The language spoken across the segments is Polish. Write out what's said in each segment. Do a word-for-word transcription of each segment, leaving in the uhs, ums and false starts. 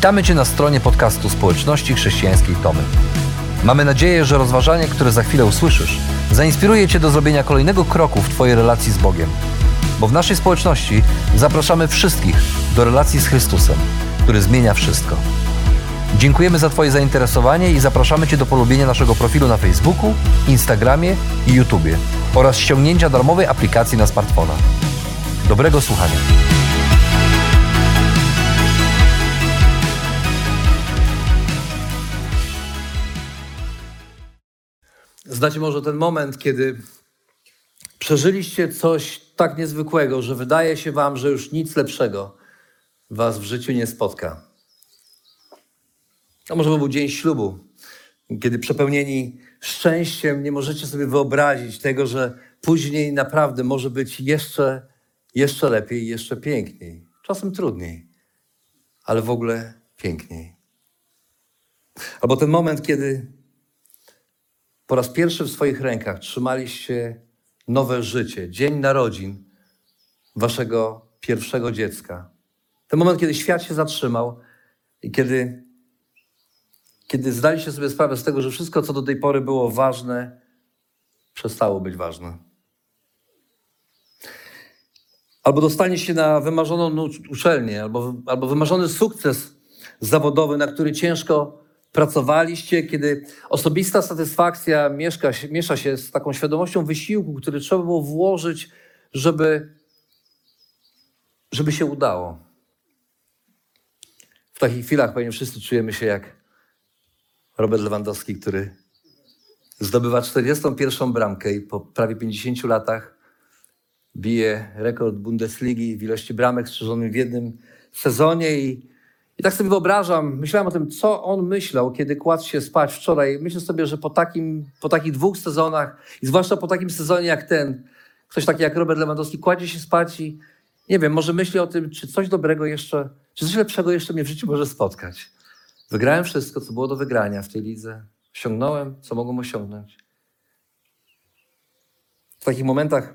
Witamy Cię na stronie podcastu Społeczności Chrześcijańskiej Tomy. Mamy nadzieję, że rozważanie, które za chwilę usłyszysz, zainspiruje Cię do zrobienia kolejnego kroku w Twojej relacji z Bogiem. Bo w naszej społeczności zapraszamy wszystkich do relacji z Chrystusem, który zmienia wszystko. Dziękujemy za Twoje zainteresowanie i zapraszamy Cię do polubienia naszego profilu na Facebooku, Instagramie i YouTubie oraz ściągnięcia darmowej aplikacji na smartfona. Dobrego słuchania. Znacie może ten moment, kiedy przeżyliście coś tak niezwykłego, że wydaje się wam, że już nic lepszego was w życiu nie spotka. A może to był dzień ślubu, kiedy przepełnieni szczęściem nie możecie sobie wyobrazić tego, że później naprawdę może być jeszcze, jeszcze lepiej, jeszcze piękniej. Czasem trudniej, ale w ogóle piękniej. Albo ten moment, kiedy po raz pierwszy w swoich rękach trzymaliście nowe życie, dzień narodzin waszego pierwszego dziecka. Ten moment, kiedy świat się zatrzymał i kiedy, kiedy zdaliście sobie sprawę z tego, że wszystko, co do tej pory było ważne, przestało być ważne. Albo dostanie się na wymarzoną uczelnię, albo, albo wymarzony sukces zawodowy, na który ciężko pracowaliście, kiedy osobista satysfakcja mieszka, miesza się z taką świadomością wysiłku, który trzeba było włożyć, żeby, żeby się udało. W takich chwilach pewnie wszyscy czujemy się jak Robert Lewandowski, który zdobywa czterdziestą pierwszą bramkę i po prawie pięćdziesięciu latach bije rekord Bundesligi w ilości bramek strzeżonych w jednym sezonie i I tak sobie wyobrażam, myślałem o tym, co on myślał, kiedy kładł się spać wczoraj. Myślę sobie, że po, takim, po takich dwóch sezonach i zwłaszcza po takim sezonie jak ten, ktoś taki jak Robert Lewandowski kładzie się spać i nie wiem, może myśli o tym, czy coś dobrego jeszcze, czy coś lepszego jeszcze mnie w życiu może spotkać. Wygrałem wszystko, co było do wygrania w tej lidze. Osiągnąłem, co mogłem osiągnąć. W takich momentach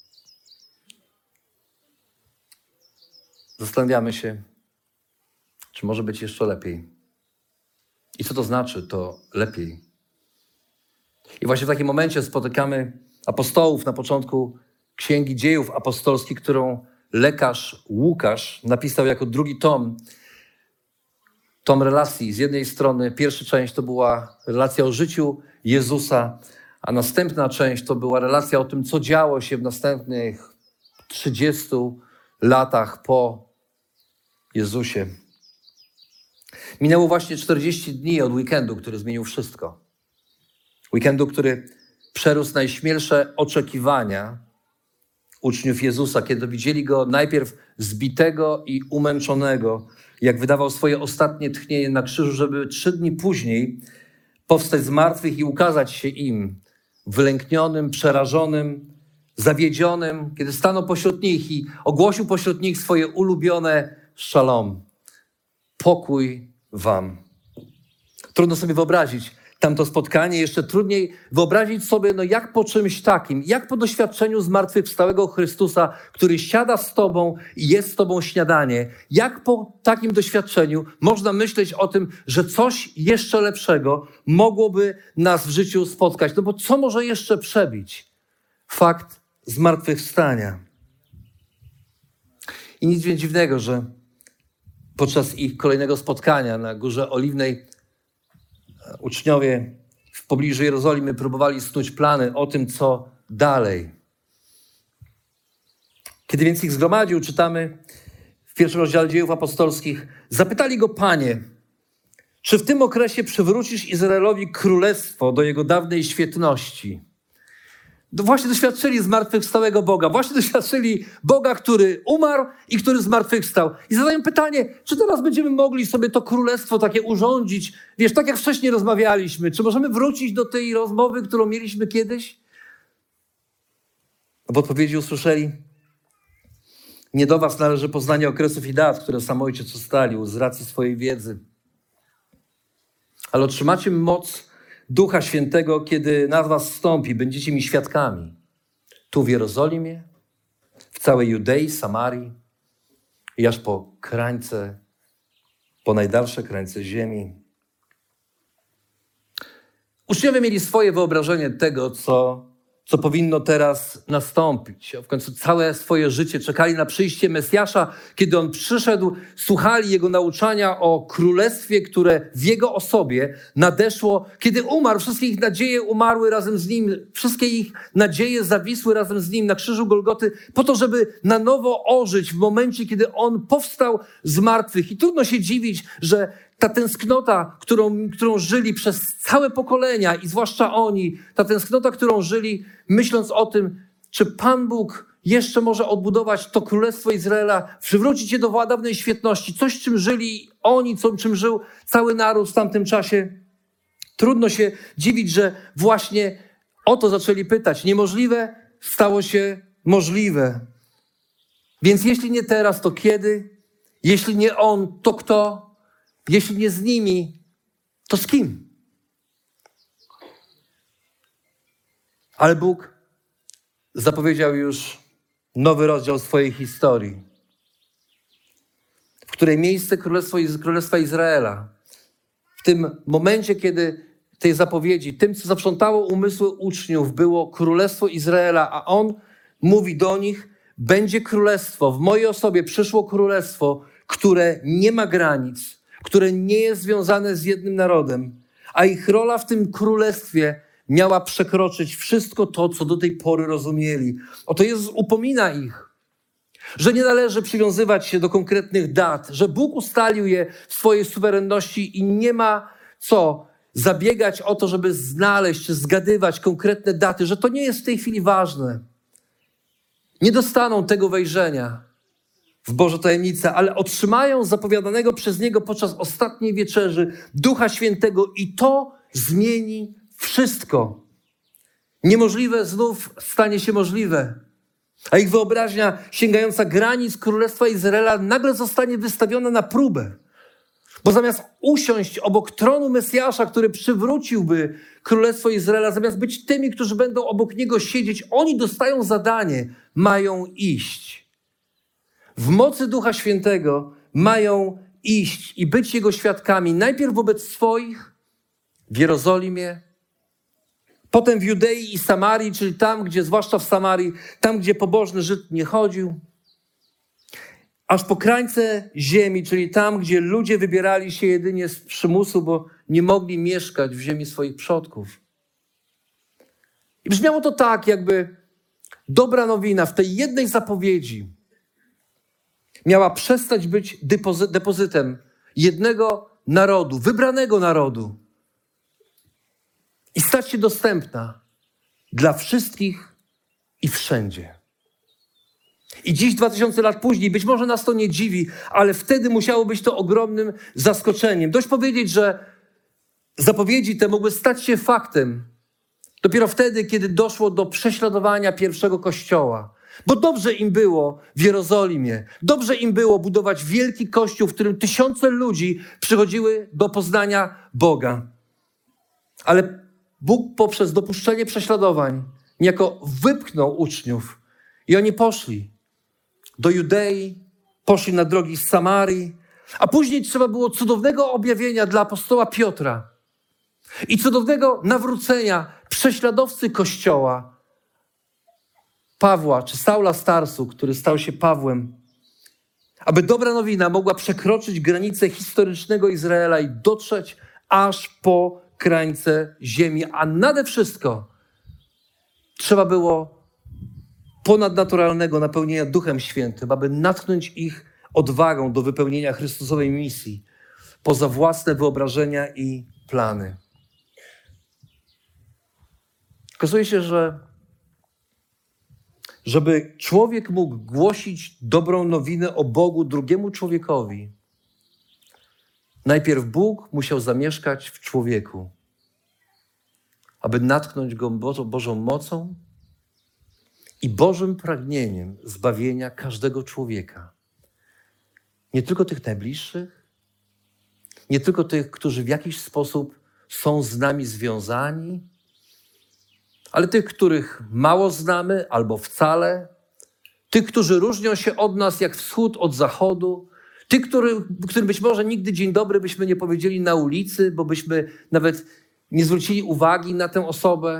zastanawiamy się, czy może być jeszcze lepiej? I co to znaczy to lepiej? I właśnie w takim momencie spotykamy apostołów na początku Księgi Dziejów Apostolskich, którą lekarz Łukasz napisał jako drugi tom. Tom relacji. Z jednej strony pierwsza część to była relacja o życiu Jezusa, a następna część to była relacja o tym, co działo się w następnych trzydziestu latach po Jezusie. Minęło właśnie czterdzieści dni od weekendu, który zmienił wszystko. Weekendu, który przerósł najśmielsze oczekiwania uczniów Jezusa, kiedy widzieli Go najpierw zbitego i umęczonego, jak wydawał swoje ostatnie tchnienie na krzyżu, żeby trzy dni później powstać z martwych i ukazać się im, wylęknionym, przerażonym, zawiedzionym, kiedy stanął pośród nich i ogłosił pośród nich swoje ulubione szalom. Pokój wam. Trudno sobie wyobrazić tamto spotkanie, jeszcze trudniej wyobrazić sobie, no jak po czymś takim, jak po doświadczeniu zmartwychwstałego Chrystusa, który siada z tobą i jest z tobą śniadanie, jak po takim doświadczeniu można myśleć o tym, że coś jeszcze lepszego mogłoby nas w życiu spotkać. No bo co może jeszcze przebić fakt zmartwychwstania? I nic więc dziwnego, że podczas ich kolejnego spotkania na Górze Oliwnej uczniowie w pobliżu Jerozolimy próbowali snuć plany o tym, co dalej. Kiedy więc ich zgromadził, czytamy w pierwszym rozdziale Dziejów Apostolskich, zapytali go: Panie, czy w tym okresie przywrócisz Izraelowi królestwo do jego dawnej świetności? Właśnie doświadczyli zmartwychwstałego Boga. Właśnie doświadczyli Boga, który umarł i który zmartwychwstał. I zadają pytanie, czy teraz będziemy mogli sobie to królestwo takie urządzić? Wiesz, tak jak wcześniej rozmawialiśmy. Czy możemy wrócić do tej rozmowy, którą mieliśmy kiedyś? W odpowiedzi usłyszeli: nie do was należy poznanie okresów i dat, które sam Ojciec ustalił z racji swojej wiedzy. Ale otrzymacie moc Ducha Świętego, kiedy na was wstąpi, będziecie mi świadkami. Tu w Jerozolimie, w całej Judei, Samarii i aż po krańce po najdalsze krańce ziemi. Uczniowie mieli swoje wyobrażenie tego, co, co powinno teraz nastąpić. W końcu całe swoje życie czekali na przyjście Mesjasza. Kiedy On przyszedł, słuchali Jego nauczania o królestwie, które w Jego osobie nadeszło. Kiedy umarł, wszystkie ich nadzieje umarły razem z Nim. Wszystkie ich nadzieje zawisły razem z Nim na krzyżu Golgoty po to, żeby na nowo ożyć w momencie, kiedy On powstał z martwych. I trudno się dziwić, że ta tęsknota, którą, którą żyli przez całe pokolenia i zwłaszcza oni, ta tęsknota, którą żyli, myśląc o tym, czy Pan Bóg jeszcze może odbudować to Królestwo Izraela, przywrócić je do dawnej świetności, coś, czym żyli oni, co, czym żył cały naród w tamtym czasie. Trudno się dziwić, że właśnie o to zaczęli pytać. Niemożliwe stało się możliwe. Więc jeśli nie teraz, to kiedy? Jeśli nie On, to kto? Jeśli nie z nimi, to z kim? Ale Bóg zapowiedział już nowy rozdział swojej historii, w której miejsce Królestwo, Królestwa Izraela, w tym momencie, kiedy tej zapowiedzi, tym, co zaprzątało umysły uczniów, było Królestwo Izraela, a On mówi do nich, będzie królestwo, w mojej osobie przyszło królestwo, które nie ma granic, które nie jest związane z jednym narodem, a ich rola w tym królestwie miała przekroczyć wszystko to, co do tej pory rozumieli. Oto Jezus upomina ich, że nie należy przywiązywać się do konkretnych dat, że Bóg ustalił je w swojej suwerenności i nie ma co zabiegać o to, żeby znaleźć czy zgadywać konkretne daty, że to nie jest w tej chwili ważne. Nie dostaną tego wejrzenia w Bożą tajemnicę, ale otrzymają zapowiadanego przez Niego podczas ostatniej wieczerzy Ducha Świętego i to zmieni wszystko. Niemożliwe znów stanie się możliwe, a ich wyobraźnia sięgająca granic Królestwa Izraela nagle zostanie wystawiona na próbę. Bo zamiast usiąść obok tronu Mesjasza, który przywróciłby Królestwo Izraela, zamiast być tymi, którzy będą obok Niego siedzieć, oni dostają zadanie, mają iść. W mocy Ducha Świętego mają iść i być Jego świadkami. Najpierw wobec swoich w Jerozolimie, potem w Judei i Samarii, czyli tam, gdzie, zwłaszcza w Samarii, tam, gdzie pobożny Żyd nie chodził, aż po krańce ziemi, czyli tam, gdzie ludzie wybierali się jedynie z przymusu, bo nie mogli mieszkać w ziemi swoich przodków. I brzmiało to tak, jakby dobra nowina w tej jednej zapowiedzi miała przestać być depozy- depozytem jednego narodu, wybranego narodu i stać się dostępna dla wszystkich i wszędzie. I dziś, dwa tysiące lat później, być może nas to nie dziwi, ale wtedy musiało być to ogromnym zaskoczeniem. Dość powiedzieć, że zapowiedzi te mogły stać się faktem dopiero wtedy, kiedy doszło do prześladowania pierwszego kościoła. Bo dobrze im było w Jerozolimie, dobrze im było budować wielki kościół, w którym tysiące ludzi przychodziły do poznania Boga. Ale Bóg poprzez dopuszczenie prześladowań niejako wypchnął uczniów i oni poszli do Judei, poszli na drogi z Samarii, a później trzeba było cudownego objawienia dla apostoła Piotra i cudownego nawrócenia prześladowcy Kościoła, Pawła czy Saula z Tarsu, który stał się Pawłem, aby dobra nowina mogła przekroczyć granice historycznego Izraela i dotrzeć aż po krańce ziemi, a nade wszystko trzeba było ponadnaturalnego napełnienia Duchem Świętym, aby natchnąć ich odwagą do wypełnienia Chrystusowej misji poza własne wyobrażenia i plany. Okazuje się, że żeby człowiek mógł głosić dobrą nowinę o Bogu drugiemu człowiekowi, najpierw Bóg musiał zamieszkać w człowieku, aby natchnąć go Bożą, Bożą mocą i Bożym pragnieniem zbawienia każdego człowieka. Nie tylko tych najbliższych, nie tylko tych, którzy w jakiś sposób są z nami związani, ale tych, których mało znamy albo wcale, tych, którzy różnią się od nas jak wschód od zachodu, Tych, który, którym być może nigdy dzień dobry byśmy nie powiedzieli na ulicy, bo byśmy nawet nie zwrócili uwagi na tę osobę.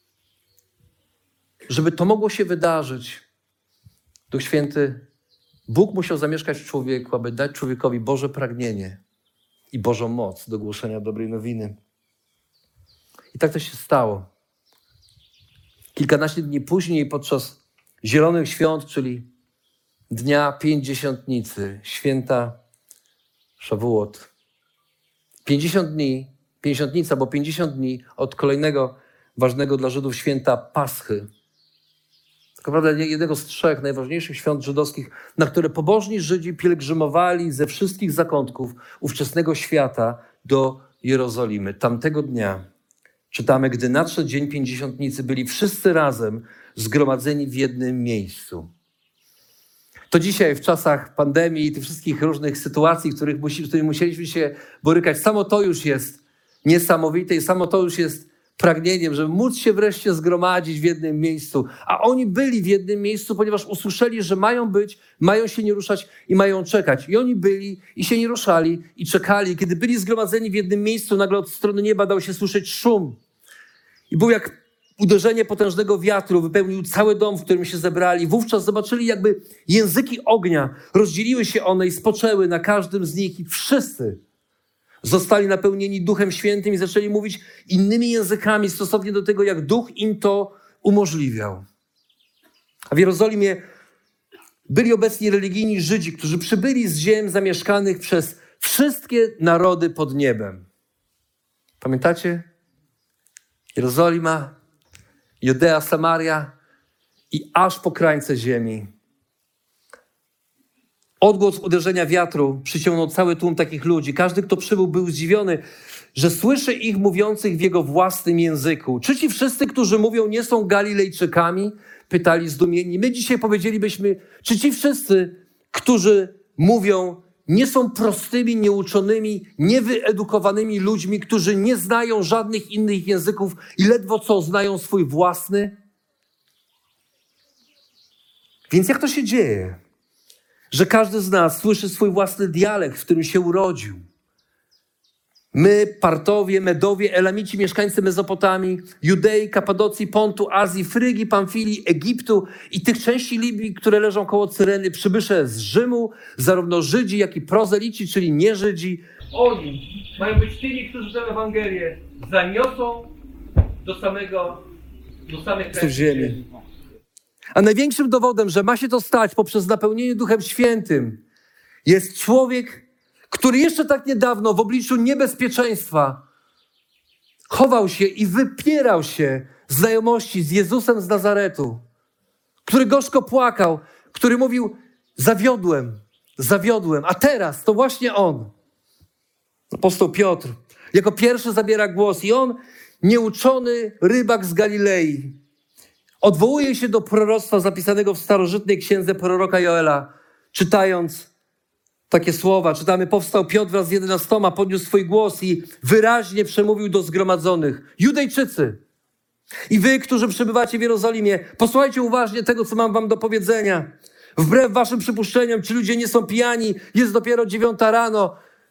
Żeby to mogło się wydarzyć, Duch Święty, Bóg musiał zamieszkać w człowieku, aby dać człowiekowi Boże pragnienie i Bożą moc do głoszenia dobrej nowiny. I tak to się stało. Kilkanaście dni później, podczas Zielonych Świąt, czyli Dnia Pięćdziesiątnicy, święta Szawuot. pięćdziesiąt dni, Pięćdziesiątnica, bo pięćdziesiąt dni od kolejnego ważnego dla Żydów święta Paschy. Tak naprawdę jednego z trzech najważniejszych świąt żydowskich, na które pobożni Żydzi pielgrzymowali ze wszystkich zakątków ówczesnego świata do Jerozolimy. Tamtego dnia czytamy, gdy nadszedł dzień Pięćdziesiątnicy, byli wszyscy razem zgromadzeni w jednym miejscu. To dzisiaj w czasach pandemii i tych wszystkich różnych sytuacji, których musi, z którymi musieliśmy się borykać, samo to już jest niesamowite i samo to już jest pragnieniem, żeby móc się wreszcie zgromadzić w jednym miejscu. A oni byli w jednym miejscu, ponieważ usłyszeli, że mają być, mają się nie ruszać i mają czekać. I oni byli i się nie ruszali i czekali. Kiedy byli zgromadzeni w jednym miejscu, nagle od strony nieba dał się słyszeć szum. I był jak uderzenie potężnego wiatru, wypełnił cały dom, w którym się zebrali. Wówczas zobaczyli, jakby języki ognia, rozdzieliły się one i spoczęły na każdym z nich i wszyscy zostali napełnieni Duchem Świętym i zaczęli mówić innymi językami stosownie do tego, jak Duch im to umożliwiał. A w Jerozolimie byli obecni religijni Żydzi, którzy przybyli z ziem zamieszkanych przez wszystkie narody pod niebem. Pamiętacie? Jerozolima, Judea, Samaria i aż po krańce ziemi. Odgłos uderzenia wiatru przyciągnął cały tłum takich ludzi. Każdy, kto przybył, był zdziwiony, że słyszy ich mówiących w jego własnym języku. Czy ci wszyscy, którzy mówią, nie są Galilejczykami? Pytali zdumieni. My dzisiaj powiedzielibyśmy, czy ci wszyscy, którzy mówią, nie są prostymi, nieuczonymi, niewyedukowanymi ludźmi, którzy nie znają żadnych innych języków i ledwo co znają swój własny? Więc jak to się dzieje, że każdy z nas słyszy swój własny dialekt, w którym się urodził? My, Partowie, Medowie, Elamici, mieszkańcy Mezopotamii, Judei, Kapadocji, Pontu, Azji, Frygii, Pamfilii, Egiptu i tych części Libii, które leżą koło Cyreny, przybysze z Rzymu, zarówno Żydzi, jak i prozelici, czyli nie Żydzi. Oni mają być tymi, którzy tę Ewangelię zaniosą do samego, do samych krańców ziemi. A największym dowodem, że ma się to stać poprzez napełnienie Duchem Świętym, jest człowiek, który jeszcze tak niedawno w obliczu niebezpieczeństwa chował się i wypierał się znajomości z Jezusem z Nazaretu, który gorzko płakał, który mówił, zawiodłem, zawiodłem, a teraz to właśnie on, apostoł Piotr, jako pierwszy zabiera głos i on, nieuczony rybak z Galilei, odwołuje się do proroctwa zapisanego w starożytnej księdze proroka Joela, czytając takie słowa. Czytamy, powstał Piotr wraz z jedenastoma, podniósł swój głos i wyraźnie przemówił do zgromadzonych. Judejczycy i wy, którzy przebywacie w Jerozolimie, posłuchajcie uważnie tego, co mam wam do powiedzenia. Wbrew waszym przypuszczeniom, ci ludzie nie są pijani, jest dopiero dziewiąta rano.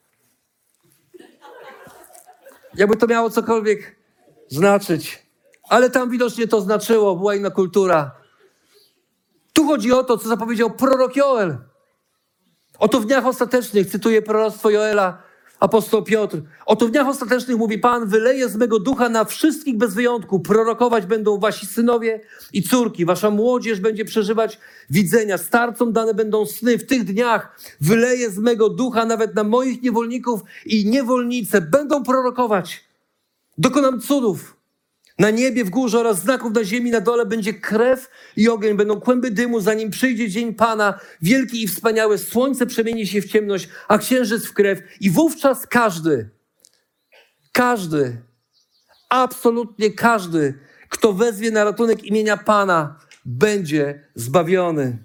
Jakby to miało cokolwiek znaczyć. Ale tam widocznie to znaczyło, była inna kultura. Tu chodzi o to, co zapowiedział prorok Joel. Oto w dniach ostatecznych, cytuję proroctwo Joela, apostoł Piotr. Oto w dniach ostatecznych, mówi Pan, wyleję z mego ducha na wszystkich bez wyjątku. Prorokować będą wasi synowie i córki. Wasza młodzież będzie przeżywać widzenia. Starcom dane będą sny. W tych dniach wyleję z mego ducha nawet na moich niewolników i niewolnice. Będą prorokować. Dokonam cudów. Na niebie, w górze oraz znaków na ziemi, na dole będzie krew i ogień. Będą kłęby dymu, zanim przyjdzie dzień Pana. Wielki i wspaniały. Słońce przemieni się w ciemność, a księżyc w krew. I wówczas każdy, każdy, absolutnie każdy, kto wezwie na ratunek imienia Pana, będzie zbawiony.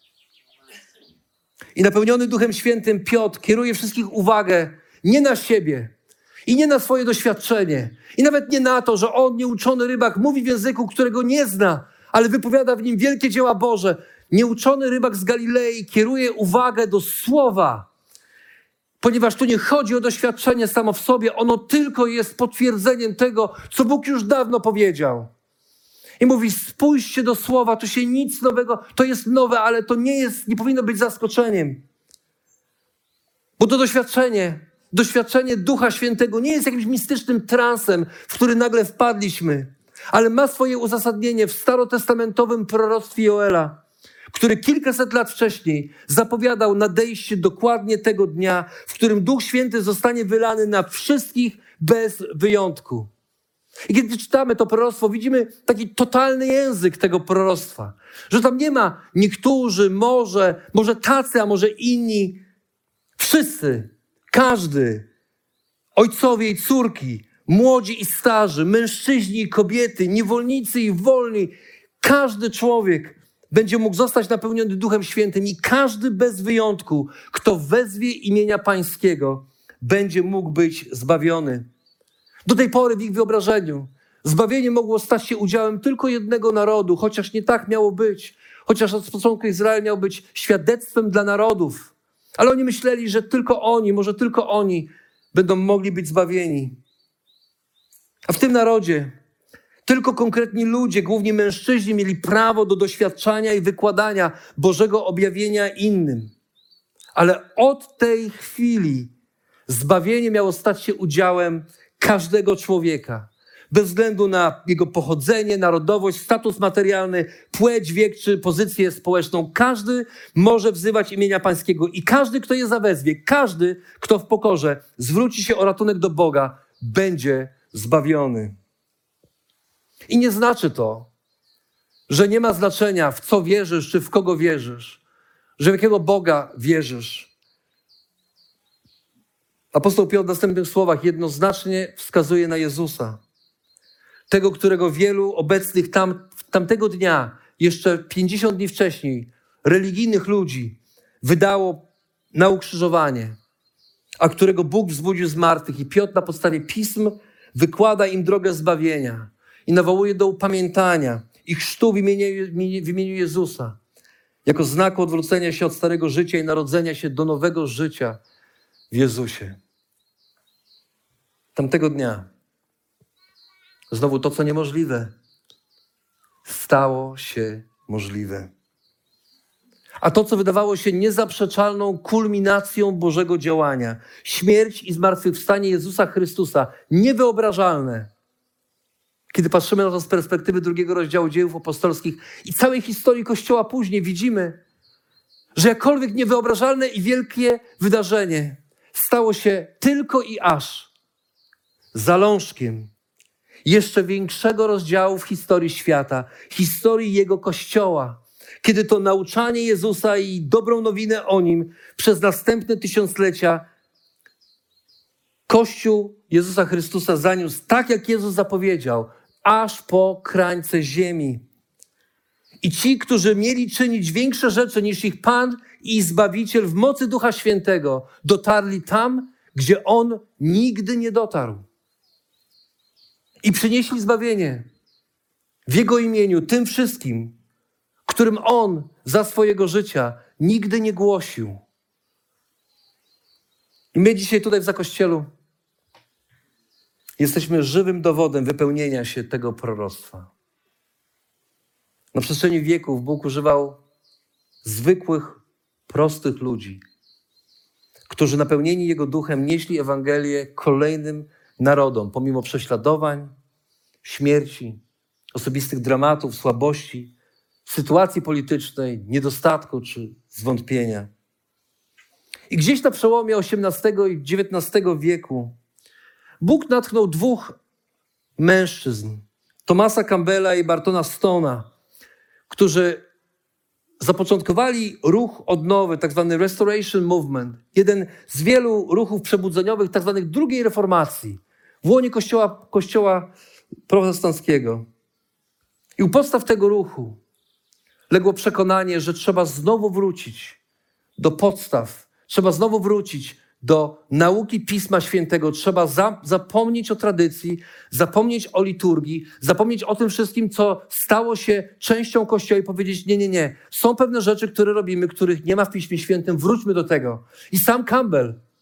I napełniony Duchem Świętym Piotr kieruje wszystkich uwagę nie na siebie, i nie na swoje doświadczenie. I nawet nie na to, że on, nieuczony rybak, mówi w języku, którego nie zna, ale wypowiada w nim wielkie dzieła Boże. Nieuczony rybak z Galilei kieruje uwagę do słowa, Ponieważ tu nie chodzi o doświadczenie samo w sobie, ono tylko jest potwierdzeniem tego, co Bóg już dawno powiedział. I mówi, spójrzcie do słowa, tu się nic nowego, to jest nowe, ale to nie jest, nie powinno być zaskoczeniem. Bo to doświadczenie, doświadczenie Ducha Świętego nie jest jakimś mistycznym transem, w który nagle wpadliśmy, ale ma swoje uzasadnienie w starotestamentowym proroctwie Joela, który kilkaset lat wcześniej zapowiadał nadejście dokładnie tego dnia, w którym Duch Święty zostanie wylany na wszystkich bez wyjątku. I kiedy czytamy to proroctwo, widzimy taki totalny język tego proroctwa, że tam nie ma niektórzy, może, może tacy, a może inni. Wszyscy, każdy, ojcowie i córki, młodzi i starzy, mężczyźni i kobiety, niewolnicy i wolni, każdy człowiek będzie mógł zostać napełniony Duchem Świętym i każdy bez wyjątku, kto wezwie imienia Pańskiego, będzie mógł być zbawiony. Do tej pory w ich wyobrażeniu zbawienie mogło stać się udziałem tylko jednego narodu, chociaż nie tak miało być. Chociaż od początku Izrael miał być świadectwem dla narodów. Ale oni myśleli, że tylko oni, może tylko oni będą mogli być zbawieni. A w tym narodzie tylko konkretni ludzie, głównie mężczyźni, mieli prawo do doświadczania i wykładania Bożego objawienia innym. Ale od tej chwili zbawienie miało stać się udziałem każdego człowieka. Bez względu na jego pochodzenie, narodowość, status materialny, płeć, wiek czy pozycję społeczną. Każdy może wzywać imienia Pańskiego i każdy, kto je zawezwie, każdy, kto w pokorze zwróci się o ratunek do Boga, będzie zbawiony. I nie znaczy to, że nie ma znaczenia, w co wierzysz, czy w kogo wierzysz, że w jakiego Boga wierzysz. Apostoł Piotr w następnych słowach jednoznacznie wskazuje na Jezusa. Tego, którego wielu obecnych tam, tamtego dnia, jeszcze pięćdziesiąt dni wcześniej, religijnych ludzi wydało na ukrzyżowanie, a którego Bóg wzbudził z martwych. I Piotr na podstawie pism wykłada im drogę zbawienia i nawołuje do upamiętania i chrztu w imieniu, w imieniu Jezusa, jako znaku odwrócenia się od starego życia i narodzenia się do nowego życia w Jezusie. Tamtego dnia znowu to, co niemożliwe, stało się możliwe. A to, co wydawało się niezaprzeczalną kulminacją Bożego działania, śmierć i zmartwychwstanie Jezusa Chrystusa, niewyobrażalne, kiedy patrzymy na to z perspektywy drugiego rozdziału Dziejów Apostolskich i całej historii Kościoła później, widzimy, że jakkolwiek niewyobrażalne i wielkie wydarzenie stało się tylko i aż zalążkiem jeszcze większego rozdziału w historii świata, historii Jego Kościoła, kiedy to nauczanie Jezusa i dobrą nowinę o Nim przez następne tysiąclecia Kościół Jezusa Chrystusa zaniósł tak, jak Jezus zapowiedział, aż po krańce ziemi. I ci, którzy mieli czynić większe rzeczy niż ich Pan i Zbawiciel w mocy Ducha Świętego, dotarli tam, gdzie On nigdy nie dotarł. I przynieśli zbawienie w Jego imieniu tym wszystkim, którym On za swojego życia nigdy nie głosił. I my dzisiaj tutaj w Zakościelu jesteśmy żywym dowodem wypełnienia się tego proroctwa. Na przestrzeni wieków Bóg używał zwykłych, prostych ludzi, którzy napełnieni Jego duchem nieśli Ewangelię kolejnym narodom, pomimo prześladowań, śmierci, osobistych dramatów, słabości, sytuacji politycznej, niedostatku czy zwątpienia. I gdzieś na przełomie osiemnastego i dziewiętnastego wieku Bóg natchnął dwóch mężczyzn, Thomasa Campbella i Bartona Stone'a, którzy zapoczątkowali ruch odnowy, tak zwany Restoration Movement, jeden z wielu ruchów przebudzeniowych, tak zwanych drugiej reformacji, w łonie kościoła, kościoła protestanckiego. I u podstaw tego ruchu legło przekonanie, że trzeba znowu wrócić do podstaw, trzeba znowu wrócić do nauki Pisma Świętego. Trzeba za, zapomnieć o tradycji, zapomnieć o liturgii, zapomnieć o tym wszystkim, co stało się częścią Kościoła i powiedzieć, nie, nie, nie. Są pewne rzeczy, które robimy, których nie ma w Piśmie Świętym. Wróćmy do tego. I sam Campbell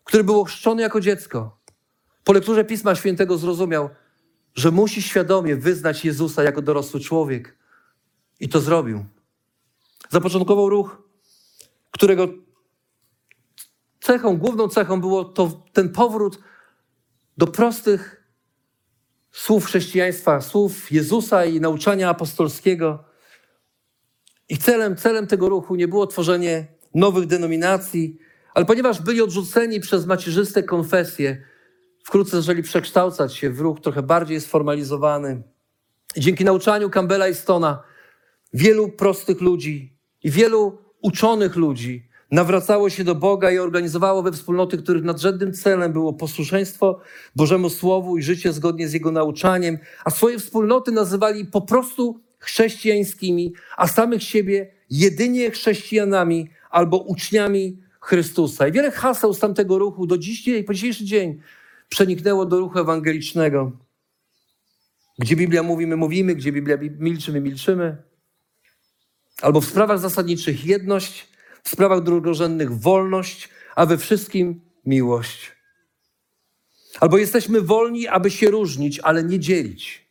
który był ochrzczony jako dziecko, po lekturze Pisma Świętego zrozumiał, że musi świadomie wyznać Jezusa jako dorosły człowiek. I to zrobił. Zapoczątkował ruch, którego cechą, główną cechą było to ten powrót do prostych słów chrześcijaństwa, słów Jezusa i nauczania apostolskiego. I celem, celem tego ruchu nie było tworzenie nowych denominacji, ale ponieważ byli odrzuceni przez macierzyste konfesje, wkrótce zaczęli przekształcać się w ruch trochę bardziej sformalizowany. I dzięki nauczaniu Campbella i Stone'a wielu prostych ludzi i wielu uczonych ludzi nawracało się do Boga i organizowało we wspólnoty, których nadrzędnym celem było posłuszeństwo Bożemu Słowu i życie zgodnie z Jego nauczaniem, a swoje wspólnoty nazywali po prostu chrześcijańskimi, a samych siebie jedynie chrześcijanami albo uczniami Chrystusa. I wiele haseł z tamtego ruchu do dziś i po dzisiejszy dzień przeniknęło do ruchu ewangelicznego. Gdzie Biblia mówi, my mówimy, gdzie Biblia milczy, my milczymy. Albo w sprawach zasadniczych jedność, w sprawach drugorzędnych wolność, a we wszystkim miłość. Albo jesteśmy wolni, aby się różnić, ale nie dzielić.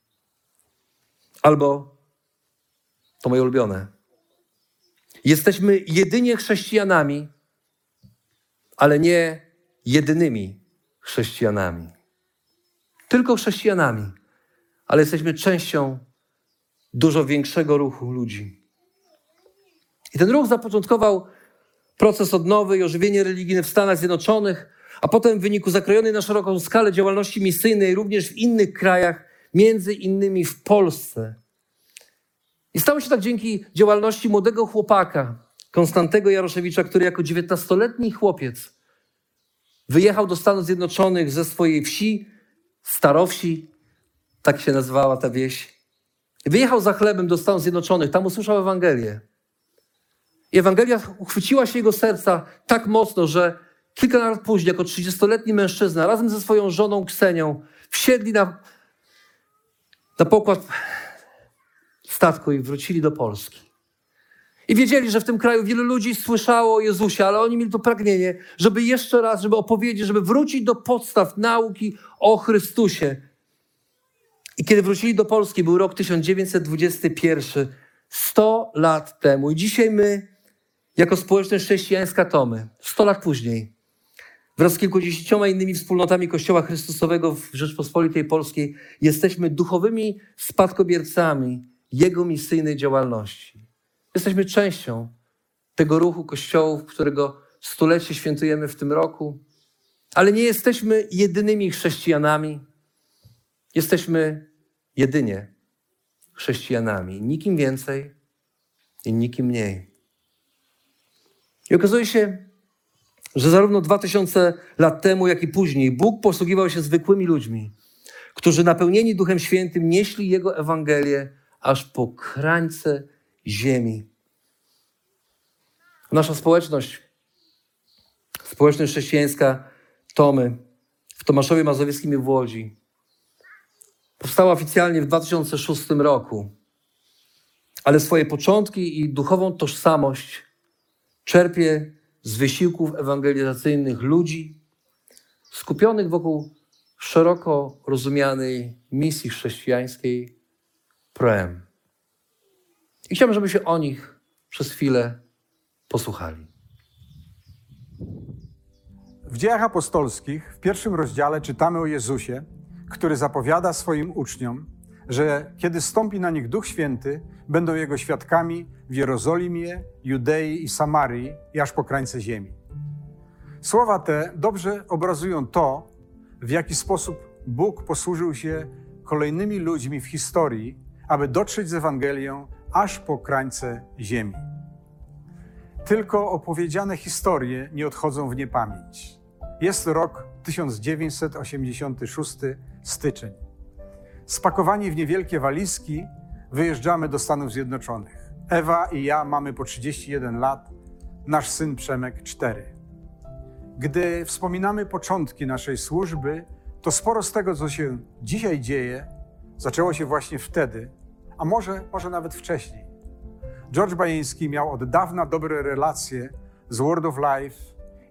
Albo, to moje ulubione, jesteśmy jedynie chrześcijanami, ale nie jedynymi chrześcijanami. Tylko chrześcijanami, ale jesteśmy częścią dużo większego ruchu ludzi. I ten ruch zapoczątkował proces odnowy i ożywienie religijne w Stanach Zjednoczonych, a potem w wyniku zakrojonej na szeroką skalę działalności misyjnej również w innych krajach, między innymi w Polsce. I stało się tak dzięki działalności młodego chłopaka, Konstantego Jaroszewicza, który jako dziewiętnastoletni chłopiec wyjechał do Stanów Zjednoczonych ze swojej wsi, Starowsi, tak się nazywała ta wieś. Wyjechał za chlebem do Stanów Zjednoczonych, tam usłyszał Ewangelię. I Ewangelia uchwyciła się jego serca tak mocno, że kilka lat później, jako trzydziestoletni mężczyzna, razem ze swoją żoną Ksenią, wsiedli na, na pokład statku i wrócili do Polski. I wiedzieli, że w tym kraju wielu ludzi słyszało o Jezusie, ale oni mieli to pragnienie, żeby jeszcze raz, żeby opowiedzieć, żeby wrócić do podstaw nauki o Chrystusie. I kiedy wrócili do Polski, był rok tysiąc dziewięćset dwudziesty pierwszy, sto lat temu. I dzisiaj my, jako społeczność chrześcijańska Tomy, sto lat później, wraz z kilkudziesięcioma innymi wspólnotami Kościoła Chrystusowego w Rzeczpospolitej Polskiej, jesteśmy duchowymi spadkobiercami Jego misyjnej działalności. Jesteśmy częścią tego ruchu kościołów, którego stulecie świętujemy w tym roku, ale nie jesteśmy jedynymi chrześcijanami. Jesteśmy jedynie chrześcijanami. Nikim więcej i nikim mniej. I okazuje się, że zarówno dwa tysiące lat temu, jak i później Bóg posługiwał się zwykłymi ludźmi, którzy napełnieni Duchem Świętym nieśli Jego Ewangelię aż po krańce ziemi. Nasza społeczność, społeczność chrześcijańska Tomy w Tomaszowie Mazowieckim i w Łodzi powstała oficjalnie w dwa tysiące szóstym roku, ale swoje początki i duchową tożsamość czerpie z wysiłków ewangelizacyjnych ludzi skupionych wokół szeroko rozumianej misji chrześcijańskiej Proem. I chciałbym, żebyśmy o nich przez chwilę posłuchali. W Dziejach Apostolskich w pierwszym rozdziale czytamy o Jezusie, który zapowiada swoim uczniom, że kiedy stąpi na nich Duch Święty, będą Jego świadkami w Jerozolimie, Judei i Samarii i aż po krańce ziemi. Słowa te dobrze obrazują to, w jaki sposób Bóg posłużył się kolejnymi ludźmi w historii, aby dotrzeć z Ewangelią aż po krańce ziemi. Tylko opowiedziane historie nie odchodzą w niepamięć. Jest rok tysiąc dziewięćset osiemdziesiąty szósty, styczeń. Spakowani w niewielkie walizki wyjeżdżamy do Stanów Zjednoczonych. Ewa i ja mamy po trzydzieści jeden lat, nasz syn Przemek cztery. Gdy wspominamy początki naszej służby, to sporo z tego, co się dzisiaj dzieje, zaczęło się właśnie wtedy, a może, może nawet wcześniej. George Bajeński miał od dawna dobre relacje z Word of Life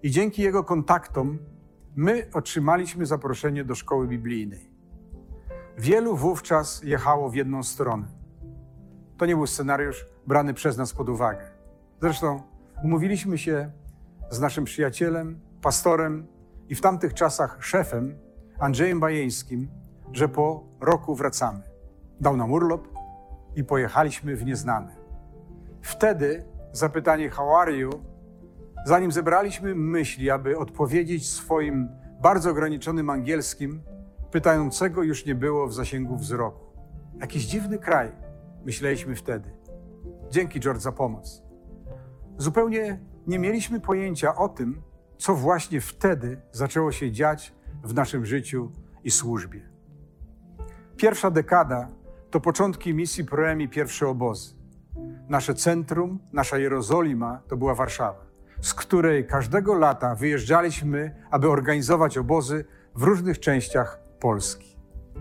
i dzięki jego kontaktom my otrzymaliśmy zaproszenie do szkoły biblijnej. Wielu wówczas jechało w jedną stronę. To nie był scenariusz brany przez nas pod uwagę. Zresztą umówiliśmy się z naszym przyjacielem, pastorem i w tamtych czasach szefem Andrzejem Bajeńskim, że po roku wracamy. Dał nam urlop i pojechaliśmy w nieznane. Wtedy zapytanie "How are you?", zanim zebraliśmy myśli, aby odpowiedzieć swoim bardzo ograniczonym angielskim, pytającego już nie było w zasięgu wzroku. Jakiś dziwny kraj, myśleliśmy wtedy. Dzięki, George, za pomoc. Zupełnie nie mieliśmy pojęcia o tym, co właśnie wtedy zaczęło się dziać w naszym życiu i służbie. Pierwsza dekada to początki misji Proem i pierwsze obozy. Nasze centrum, nasza Jerozolima to była Warszawa, z której każdego lata wyjeżdżaliśmy, aby organizować obozy w różnych częściach Polski.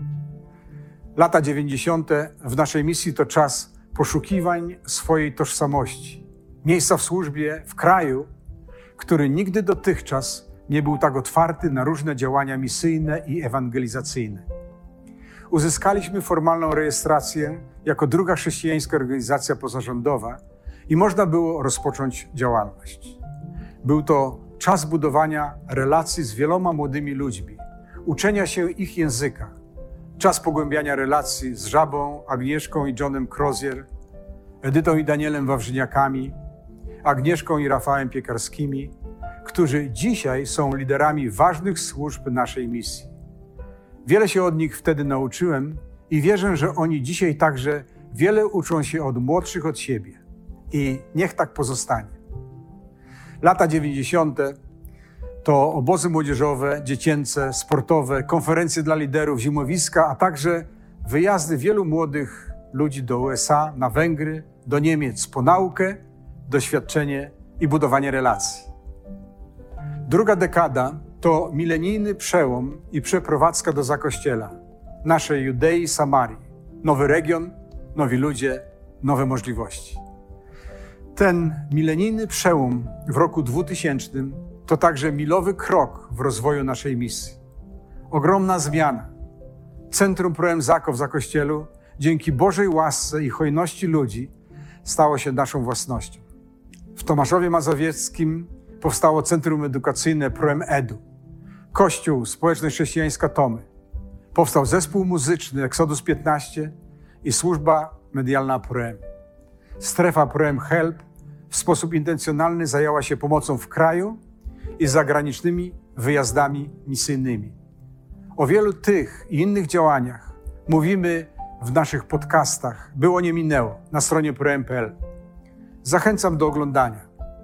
Lata dziewięćdziesiąte w naszej misji to czas poszukiwań swojej tożsamości, miejsca w służbie w kraju, który nigdy dotychczas nie był tak otwarty na różne działania misyjne i ewangelizacyjne. Uzyskaliśmy formalną rejestrację jako druga chrześcijańska organizacja pozarządowa i można było rozpocząć działalność. Był to czas budowania relacji z wieloma młodymi ludźmi, uczenia się ich języka, czas pogłębiania relacji z Żabą, Agnieszką i Johnem Crozier, Edytą i Danielem Wawrzyniakami, Agnieszką i Rafałem Piekarskimi, którzy dzisiaj są liderami ważnych służb naszej misji. Wiele się od nich wtedy nauczyłem i wierzę, że oni dzisiaj także wiele uczą się od młodszych od siebie. I niech tak pozostanie. Lata dziewięćdziesiąte to obozy młodzieżowe, dziecięce, sportowe, konferencje dla liderów, zimowiska, a także wyjazdy wielu młodych ludzi do U S A, na Węgry, do Niemiec po naukę, doświadczenie i budowanie relacji. Druga dekada to milenijny przełom i przeprowadzka do Zakościela, naszej Judei i Samarii. Nowy region, nowi ludzie, nowe możliwości. Ten milenijny przełom w roku dwutysięcznym to także milowy krok w rozwoju naszej misji. Ogromna zmiana. Centrum Proem Zako w Zakościelu dzięki Bożej łasce i hojności ludzi stało się naszą własnością. W Tomaszowie Mazowieckim powstało Centrum Edukacyjne Proem Edu, Kościół Społeczność Chrześcijańska Tomy. Powstał zespół muzyczny Exodus piętnaście i służba medialna Proem. Strefa Proem Help w sposób intencjonalny zajęła się pomocą w kraju i zagranicznymi wyjazdami misyjnymi. O wielu tych i innych działaniach mówimy w naszych podcastach. Było nie minęło na stronie proem kropka p l. Zachęcam do oglądania.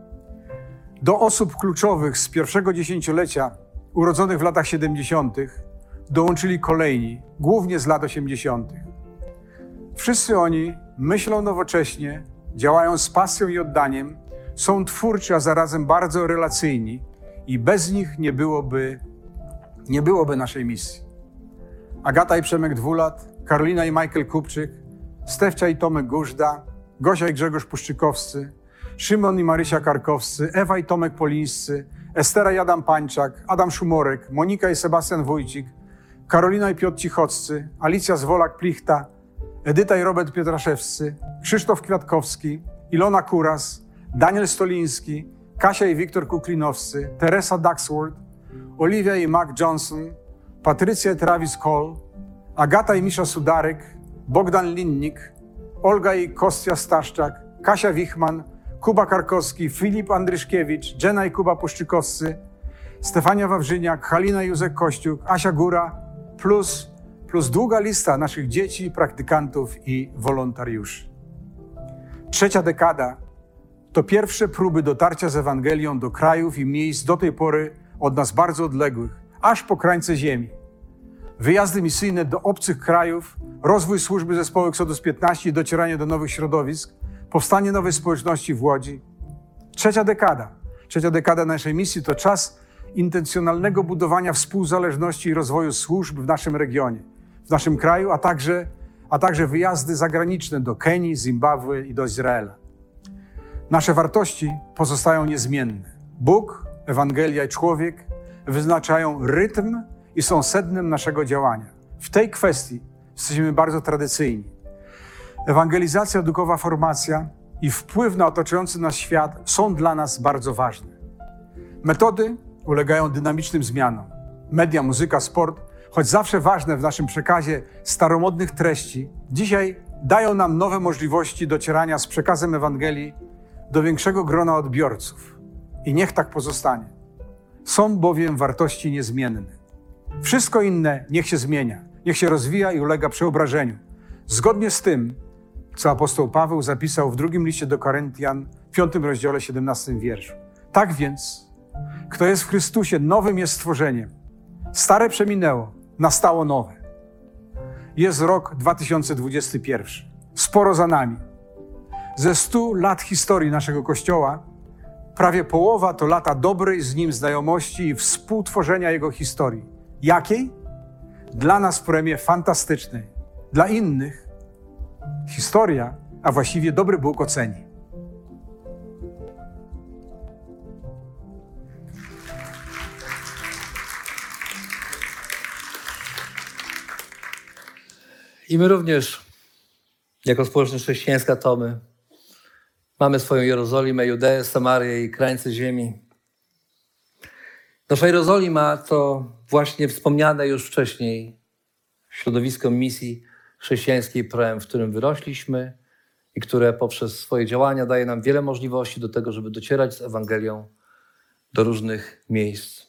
Do osób kluczowych z pierwszego dziesięciolecia urodzonych w latach siedemdziesiątych dołączyli kolejni, głównie z lat osiemdziesiątych. Wszyscy oni myślą nowocześnie, działają z pasją i oddaniem, są twórczy, a zarazem bardzo relacyjni i bez nich nie byłoby, nie byłoby naszej misji. Agata i Przemek Dwulat, Karolina i Michael Kupczyk, Stefcia i Tomek Góżda, Gosia i Grzegorz Puszczykowscy, Szymon i Marysia Karkowscy, Ewa i Tomek Polińscy, Estera i Adam Pańczak, Adam Szumorek, Monika i Sebastian Wójcik, Karolina i Piotr Cichoccy, Alicja Zwolak-Plichta, Edyta i Robert Pietraszewscy, Krzysztof Kwiatkowski, Ilona Kuras, Daniel Stoliński, Kasia i Wiktor Kuklinowscy, Teresa Duxworth, Olivia i Mac Johnson, Patrycja i Travis Cole, Agata i Misza Sudarek, Bogdan Linnik, Olga i Kostia Staszczak, Kasia Wichman, Kuba Karkowski, Filip Andryszkiewicz, Jenna i Kuba Puszczykowscy, Stefania Wawrzyniak, Halina i Józek Kościuk, Asia Góra, plus, plus długa lista naszych dzieci, praktykantów i wolontariuszy. Trzecia dekada to pierwsze próby dotarcia z Ewangelią do krajów i miejsc do tej pory od nas bardzo odległych, aż po krańce ziemi. Wyjazdy misyjne do obcych krajów, rozwój służby zespołu Exodus piętnaście i docieranie do nowych środowisk, powstanie nowej społeczności w Łodzi. Trzecia dekada. Trzecia dekada naszej misji to czas intencjonalnego budowania współzależności i rozwoju służb w naszym regionie, w naszym kraju, a także, a także wyjazdy zagraniczne do Kenii, Zimbabwe i do Izraela. Nasze wartości pozostają niezmienne. Bóg, Ewangelia i człowiek wyznaczają rytm i są sednem naszego działania. W tej kwestii jesteśmy bardzo tradycyjni. Ewangelizacja, duchowa formacja i wpływ na otaczający nas świat są dla nas bardzo ważne. Metody ulegają dynamicznym zmianom. Media, muzyka, sport, choć zawsze ważne w naszym przekazie staromodnych treści, dzisiaj dają nam nowe możliwości docierania z przekazem Ewangelii do większego grona odbiorców. I niech tak pozostanie. Są bowiem wartości niezmienne. Wszystko inne niech się zmienia, niech się rozwija i ulega przeobrażeniu. Zgodnie z tym, co apostoł Paweł zapisał w drugim liście do Koryntian, w piątym rozdziale, siedemnastym wierszu. Tak więc, kto jest w Chrystusie, nowym jest stworzeniem. Stare przeminęło, nastało nowe. Jest rok dwa tysiące dwudziesty pierwszy. Sporo za nami. Ze stu lat historii naszego Kościoła prawie połowa to lata dobrej z Nim znajomości i współtworzenia Jego historii. Jakiej? Dla nas w premie fantastycznej. Dla innych historia, a właściwie dobry Bóg oceni. I my również, jako społeczność chrześcijańska Tomy, mamy swoją Jerozolimę, Judeę, Samarię i krańce ziemi. Nasza Jerozolima to właśnie wspomniane już wcześniej środowisko misji chrześcijańskiej P R O M, w którym wyrośliśmy i które poprzez swoje działania daje nam wiele możliwości do tego, żeby docierać z Ewangelią do różnych miejsc.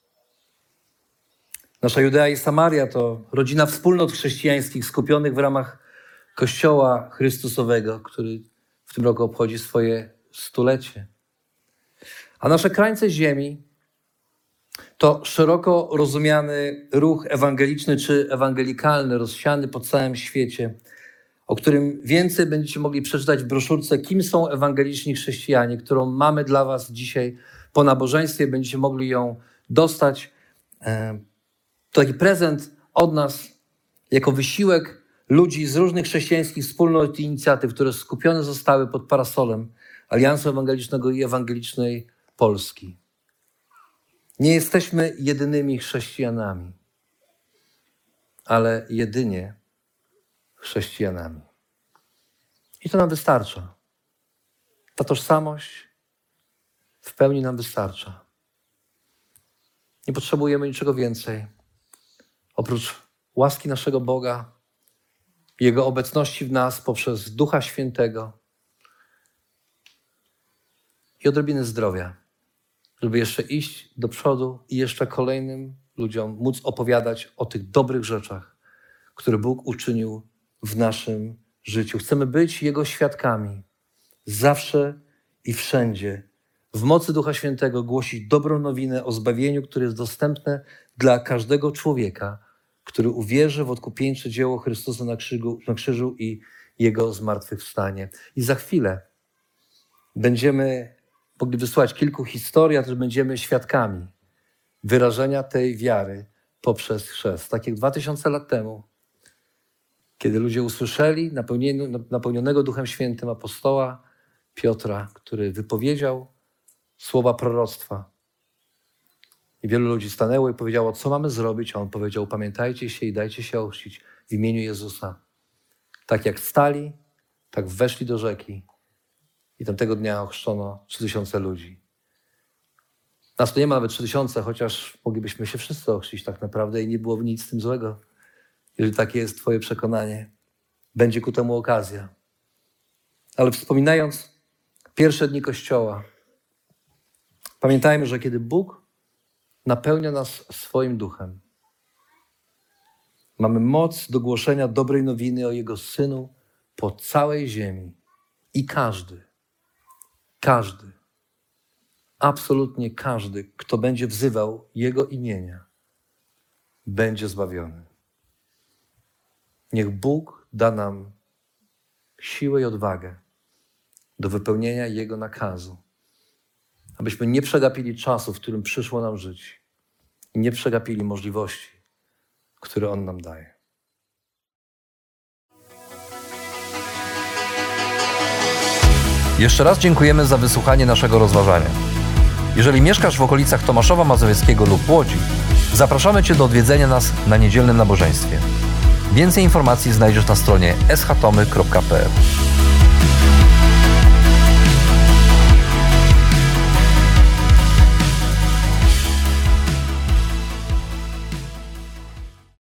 Nasza Judea i Samaria to rodzina wspólnot chrześcijańskich skupionych w ramach Kościoła Chrystusowego, który w tym roku obchodzi swoje stulecie. A nasze krańce ziemi to szeroko rozumiany ruch ewangeliczny czy ewangelikalny, rozsiany po całym świecie, o którym więcej będziecie mogli przeczytać w broszurce Kim są ewangeliczni chrześcijanie, którą mamy dla was dzisiaj po nabożeństwie. Będziecie mogli ją dostać. To taki prezent od nas jako wysiłek ludzi z różnych chrześcijańskich wspólnot i inicjatyw, które skupione zostały pod parasolem Aliansu Ewangelicznego i Ewangelicznej Polski. Nie jesteśmy jedynymi chrześcijanami, ale jedynie chrześcijanami. I to nam wystarcza. Ta tożsamość w pełni nam wystarcza. Nie potrzebujemy niczego więcej. Oprócz łaski naszego Boga, Jego obecności w nas poprzez Ducha Świętego i odrobiny zdrowia, żeby jeszcze iść do przodu i jeszcze kolejnym ludziom móc opowiadać o tych dobrych rzeczach, które Bóg uczynił w naszym życiu. Chcemy być Jego świadkami zawsze i wszędzie. W mocy Ducha Świętego głosić dobrą nowinę o zbawieniu, które jest dostępne dla każdego człowieka, który uwierzy w odkupieńcze dzieło Chrystusa na krzyżu, na krzyżu i Jego zmartwychwstanie. I za chwilę będziemy mogli wysłuchać kilku historii, a też będziemy świadkami wyrażenia tej wiary poprzez chrzest. Tak jak dwa tysiące lat temu, kiedy ludzie usłyszeli napełnionego Duchem Świętym apostoła Piotra, który wypowiedział słowa proroctwa. I wielu ludzi stanęło i powiedziało, co mamy zrobić? A on powiedział, pamiętajcie się i dajcie się ochrzcić w imieniu Jezusa. Tak jak stali, tak weszli do rzeki i tamtego dnia ochrzczono trzy tysiące ludzi. Nas tu nie ma nawet trzy tysiące, chociaż moglibyśmy się wszyscy ochrzcić tak naprawdę i nie byłoby nic z tym złego. Jeżeli takie jest twoje przekonanie, będzie ku temu okazja. Ale wspominając pierwsze dni Kościoła, pamiętajmy, że kiedy Bóg napełnia nas swoim duchem, mamy moc do głoszenia dobrej nowiny o Jego Synu po całej ziemi. I każdy, każdy, absolutnie każdy, kto będzie wzywał Jego imienia, będzie zbawiony. Niech Bóg da nam siłę i odwagę do wypełnienia Jego nakazu, abyśmy nie przegapili czasu, w którym przyszło nam żyć i nie przegapili możliwości, które On nam daje. Jeszcze raz dziękujemy za wysłuchanie naszego rozważania. Jeżeli mieszkasz w okolicach Tomaszowa Mazowieckiego lub Łodzi, zapraszamy Cię do odwiedzenia nas na niedzielnym nabożeństwie. Więcej informacji znajdziesz na stronie s h tomy kropka p l.